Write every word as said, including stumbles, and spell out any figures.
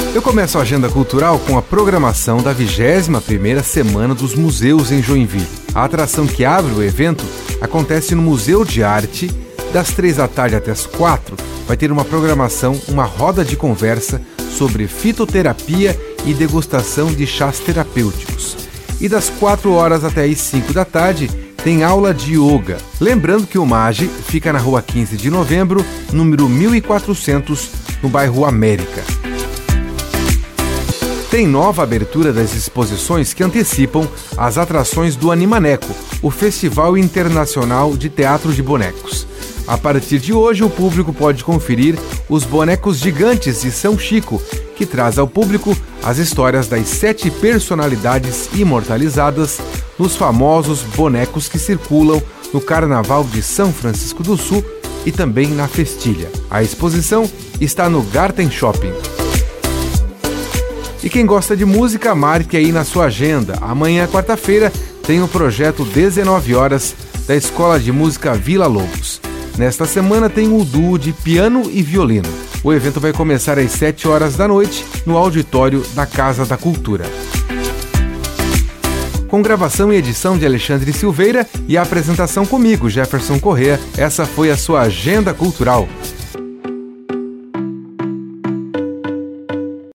Eu começo a agenda cultural com a programação da vigésima primeira Semana dos Museus em Joinville. A atração que abre o evento acontece no Museu de Arte. Das três da tarde até as quatro, vai ter uma programação, uma roda de conversa sobre fitoterapia e degustação de chás terapêuticos. E das quatro horas até as cinco da tarde, tem aula de yoga. Lembrando que o MAGE fica na rua quinze de novembro, número mil e quatrocentos, no bairro América. Tem nova abertura das exposições que antecipam as atrações do Animaneco, o Festival Internacional de Teatro de Bonecos. A partir de hoje, o público pode conferir os bonecos gigantes de São Chico, que traz ao público as histórias das sete personalidades imortalizadas nos famosos bonecos que circulam no Carnaval de São Francisco do Sul e também na Festilha. A exposição está no Garten Shopping. E quem gosta de música, marque aí na sua agenda. Amanhã, quarta-feira, tem o projeto dezenove horas da Escola de Música Vila Lobos. Nesta semana tem o duo de piano e violino. O evento vai começar às sete horas da noite no auditório da Casa da Cultura. Com gravação e edição de Alexandre Silveira e a apresentação comigo, Jefferson Corrêa, essa foi a sua Agenda Cultural.